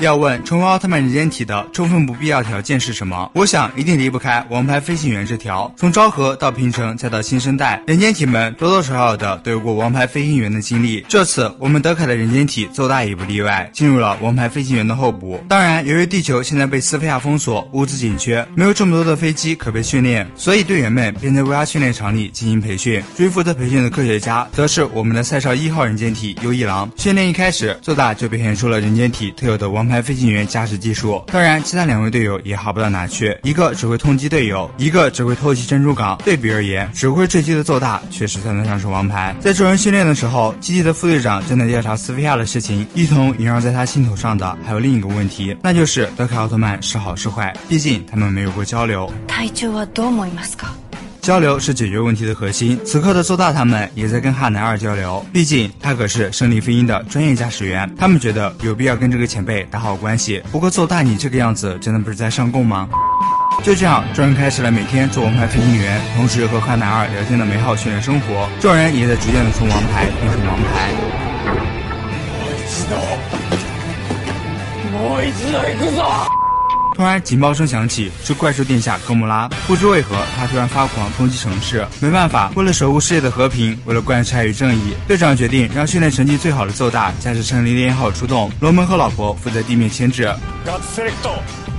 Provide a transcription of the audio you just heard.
要问成为奥特曼人间体的充分不必要条件是什么，我想一定离不开王牌飞行员这条。从昭和到平成再到新生代，人间体们多多少少的都有过王牌飞行员的经历。这次我们德凯的人间体奏大也不例外，进入了王牌飞行员的候补。当然，由于地球现在被斯菲亚封锁，物资紧缺，没有这么多的飞机可被训练，所以队员们便在 VR 训练场里进行培训。至于负责培训的科学家，则是我们的赛少1号人间体优一郎。训练一开始，奏大就表现出了人间体特有的王牌飞行员驾驶技术。当然，其他2位队友也好不到哪去，一个只会通缉队友，一个只会偷袭珍珠港。对比而言，只会坠机的奏大确实算得上是王牌。在众人训练的时候，基地的副队长正在调查斯菲亚的事情，一同萦绕在他心头上的还有另一个问题，那就是德凯奥特曼是好是坏，毕竟他们没有过交流。 隊長はどう思いますか？ 交流是解决问题的核心，此刻的奏大他们也在跟哈南二交流，毕竟他可是胜利飞鹰的专业驾驶员，他们觉得有必要跟这个前辈打好关系。不过奏大你这个样子真的不是在上供吗？就这样，众人开始了每天做王牌飞行员，同时和哈南二聊天的美好训练生活。众人也在逐渐的从王牌变成王牌。 もう一度行くぞ！ 突然警报声响起，是怪兽殿下哥穆拉。不知为何，他突然发狂攻击城市。没办法，为了守护世界的和平，为了贯彻爱与正义，队长决定让训练成绩最好的奏大驾驶胜利猎鹰号出动，罗门和老婆负责地面牵制。